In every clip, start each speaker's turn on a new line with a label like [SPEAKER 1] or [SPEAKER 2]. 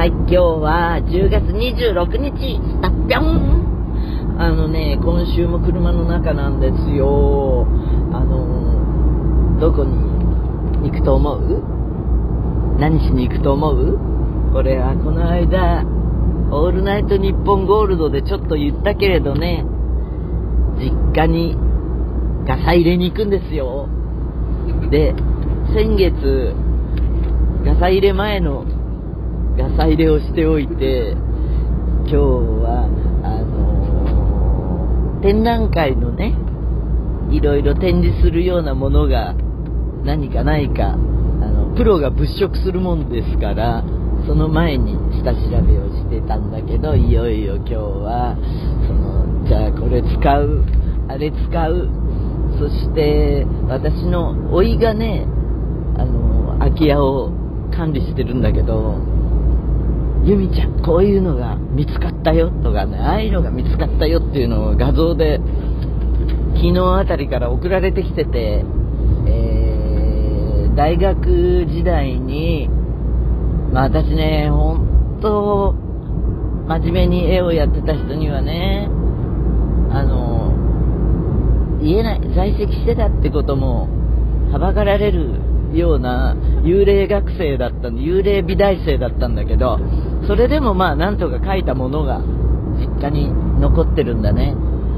[SPEAKER 1] はい、今日は10月26日、スタッピョン。今週も車の中なんですよ。どこに行くと思う？何しに行くと思う？これはこの間、オールナイトニッポンゴールドでちょっと言ったけれどね、実家にガサ入れに行くんですよ。で、先月、ガサ入れ前のガサ入れをしておいて、今日は展覧会のね、いろいろ展示するようなものが何かないか、プロが物色するもんですから、その前に下調べをしてたんだけど、いよいよ今日はじゃあこれ使う、あれ使う、そして私の甥いがね、空き家を管理してるんだけど、由美ちゃんこういうのが見つかったよとかね、ああいうのが見つかったよっていうのを画像で昨日あたりから送られてきてて、大学時代に、私ね、本当真面目に絵をやってた人にはね、言えない、在籍してたってこともはばかられるような幽霊学生だったんで、幽霊美大生だったんだけど、それでもなんとか描いたものが実家に残ってるんだね。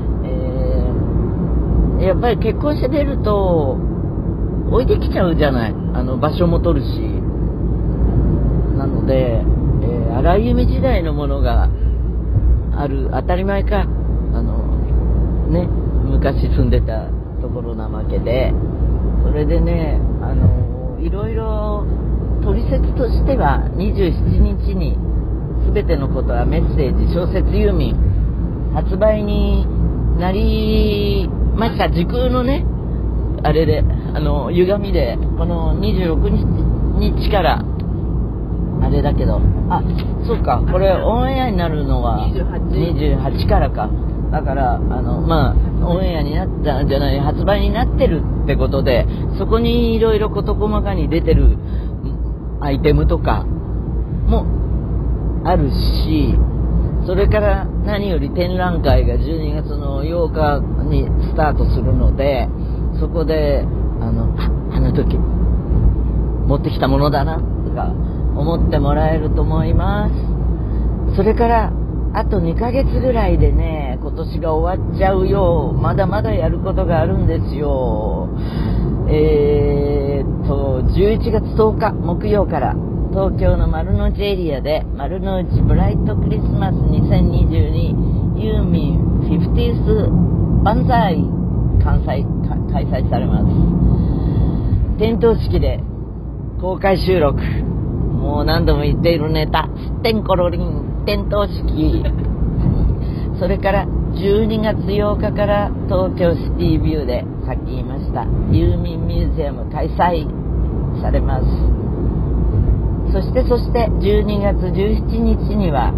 [SPEAKER 1] やっぱり結婚して出ると置いてきちゃうじゃない、場所も取るし。なので、荒井由実時代のものがある、当たり前か、ね、昔住んでたところなわけで、それでね、いろいろ取説としては27日に全てのことはメッセージ小説ユーミン発売になりました。時空のね、あれで歪みでこの26日からあれだけど、そうか、これオンエアになるのは28からか。だからオンエアになったんじゃない、発売になってるってことで、そこにいろいろ事細かに出てるアイテムとかもあるし、それから何より展覧会が12月の8日にスタートするので、そこであの時持ってきたものだなとか思ってもらえると思います。それからあと2ヶ月ぐらいでね、今年が終わっちゃうよ。まだまだやることがあるんですよ。11月10日木曜から東京の丸の内エリアで丸の内ブライトクリスマス2022ユーミン 50th 万歳開催されます。点灯式で公開収録、もう何度も言っているネタ、すってんころりん点灯式それから12月8日から東京シティビューでさっき言いましたユーミンミュージアム開催されます。そして12月17日には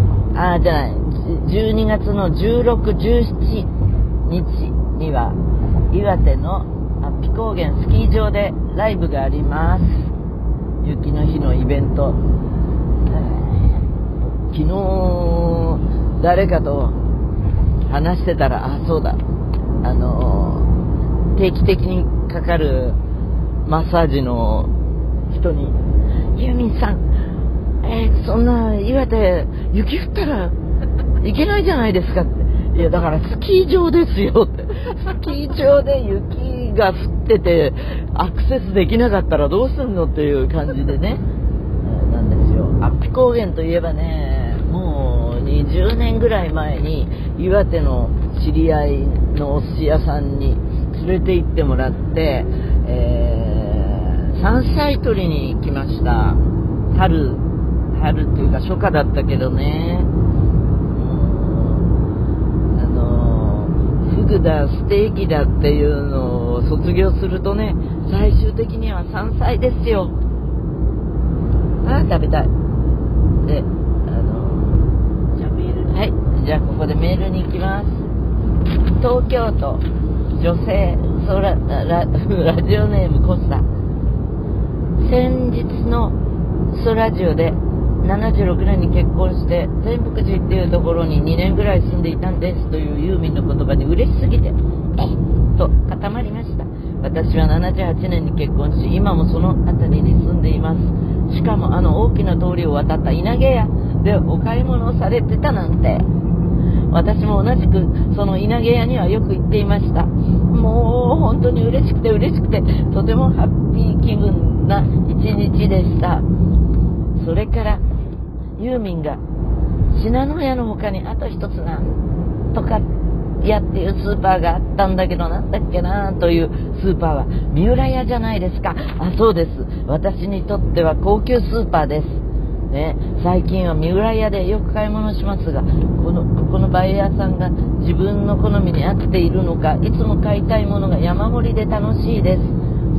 [SPEAKER 1] 12月の16、17日には岩手の安比高原スキー場でライブがあります。雪の日のイベント。昨日誰かと話してたら、そうだ、定期的にかかるマッサージの人に、ユーミンさん、そんな岩手雪降ったらいけないじゃないですかって。いやだからスキー場ですよって。スキー場で雪が降っててアクセスできなかったらどうするのっていう感じでね、なんですよ。安比高原といえばね、もう20年ぐらい前に岩手の知り合いのお寿司屋さんに連れて行ってもらって、山菜採りに行きました。春っていうか初夏だったけどね、フグだステーキだっていうのを卒業するとね、最終的には山菜ですよ。食べたい。で、はい、じゃあここでメールに行きます。東京都女性ラジオネームコスタ。先日のソラジオで 76年に結婚して善福寺っていうところに2年ぐらい住んでいたんですというユーミンの言葉に嬉しすぎてと固まりました。私は78年に結婚し、今もその辺りに住んでいます。しかも大きな通りを渡った稲毛屋でお買い物をされてたなんて。私も同じくその稲毛屋にはよく行っていました。もう本当に嬉しくてとてもハッピー気分な一日でした。それからユーミンが信濃屋の他にあと一つなんとか屋っていうスーパーがあったんだけど、なんだっけなというスーパーは三浦屋じゃないですか。そうです。私にとっては高級スーパーですね。最近は三浦屋でよく買い物しますが、ここのバイヤーさんが自分の好みに合っているのか、いつも買いたいものが山盛りで楽しいです。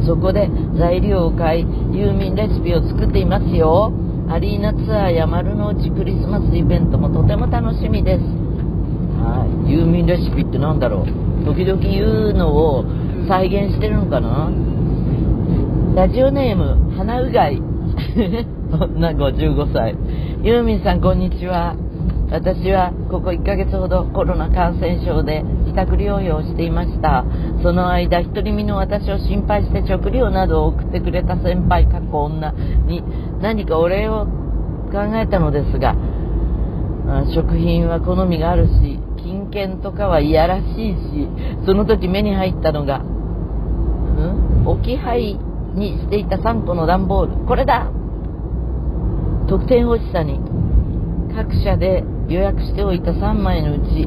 [SPEAKER 1] そこで材料を買い、ユーミンレシピを作っていますよ。アリーナツアーや丸の内クリスマスイベントもとても楽しみです。ユーミンレシピってなんだろう。時々言うのを再現してるのかな。ラジオネーム花うがい女55歳。ユーミンさんこんにちは。私はここ1ヶ月ほどコロナ感染症で自宅療養をしていました。その間独り身の私を心配して食料などを送ってくれた先輩女に何かお礼を考えたのですが、食品は好みがあるし金券とかはいやらしいし、その時目に入ったのが置き配にしていた3個の段ボール。これだ。特典欲しさに各社で予約しておいた3枚のうち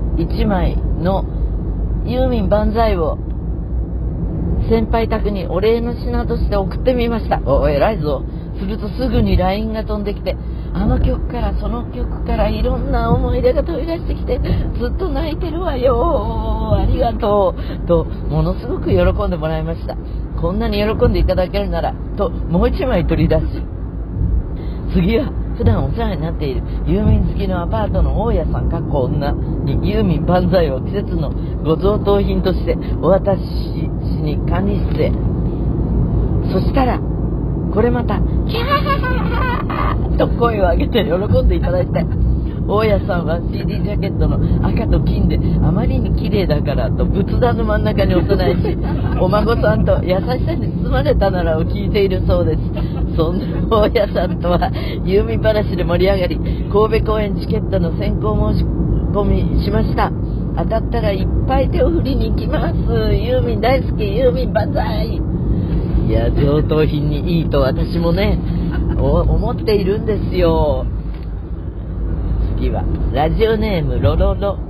[SPEAKER 1] 1枚のユーミン万歳を先輩宅にお礼の品として送ってみました。偉いぞ。するとすぐに LINE が飛んできて、あの曲からその曲からいろんな思い出が飛び出してきて、ずっと泣いてるわよ、ありがとうとものすごく喜んでもらいました。こんなに喜んでいただけるならともう1枚取り出し、次は普段お世話になっているユーミン付きのアパートの大家さん女にユーミン万歳を季節のご贈答品としてお渡ししに管理室へ。そしたらこれまたキャーと声を上げて喜んでいただいて、大家さんは CD ジャケットの赤と金であまりに綺麗だからと仏壇の真ん中にお供えし、お孫さんと優しさに包まれたならを聞いているそうです。そんな大家さんとはユーミン話で盛り上がり、神戸公演チケットの先行申し込みしました。当たったらいっぱい手を振りに行きます。ユーミン大好き、ユーミン万歳。いや、贈答品にいいと私もね思っているんですよ。次はラジオネームロロロ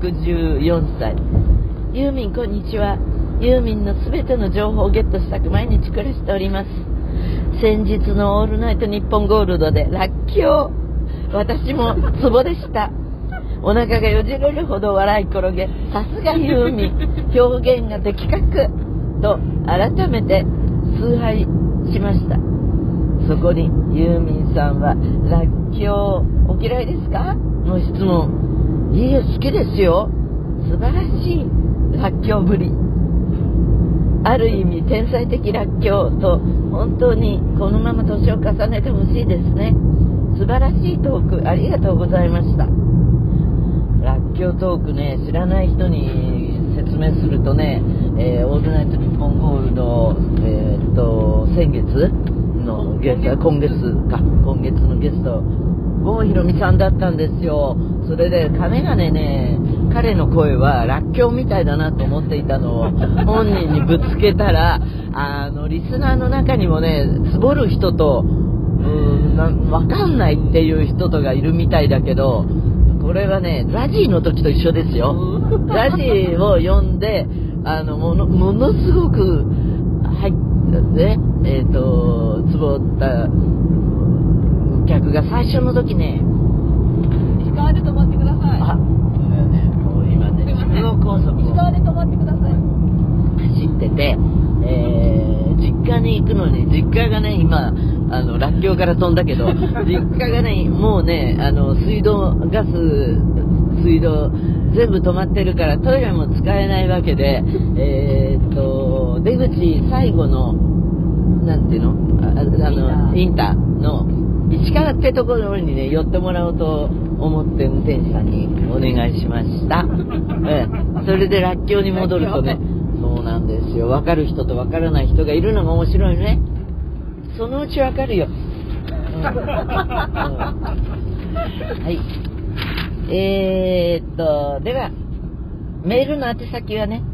[SPEAKER 1] 64歳。ユーミンこんにちは。ユーミンのすべての情報をゲットしたく毎日暮らしております。先日のオールナイトニッポンゴールドでらっきょう、私もツボでした。お腹がよじれるほど笑い転げ、さすがユーミン、表現が的確と改めて崇拝しました。そこにユーミンさんはらっきょうお嫌いですかの質問。いいえ、好きですよ。素晴らしいらっきょうぶり。ある意味天才的らっきょうと、本当にこのまま年を重ねてほしいですね。素晴らしいトークありがとうございました。らっきょうトークね、知らない人に説明するとね、オールナイトニッポンゴールド、先月のゲスト、今月のゲスト郷ひろみさんだったんですよ。それで金がね、彼の声はらっきょうみたいだなと思っていたのを本人にぶつけたら、リスナーの中にもね、つぼる人とわかんないっていう人とがいるみたいだけど、これはね、ラジーの時と一緒ですよ。ラジーを読んでものすごくね、つぼった客が最初の時ね、
[SPEAKER 2] 石川で止まってください。
[SPEAKER 1] もう今ね、中央高速を
[SPEAKER 2] 石川で止まってください。
[SPEAKER 1] 走ってて、実家に行くのに、実家がね、今らっきょうから飛んだけど実家がね、もうね、水道全部止まってるからトイレも使えないわけで、出口最後のなんていうの、インターの市川ってところにね寄ってもらおうと思って運転手さんにお願いしました、それでらっきょうに戻るとね、そうなんですよ、分かる人と分からない人がいるのが面白いね。そのうち分かるよ、はい。ではメールの宛先はね、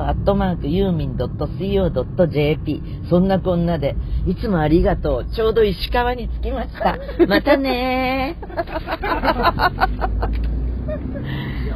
[SPEAKER 1] 嘘@yumin.co.jp。 そんなこんなでいつもありがとう。ちょうど石川に着きました。またね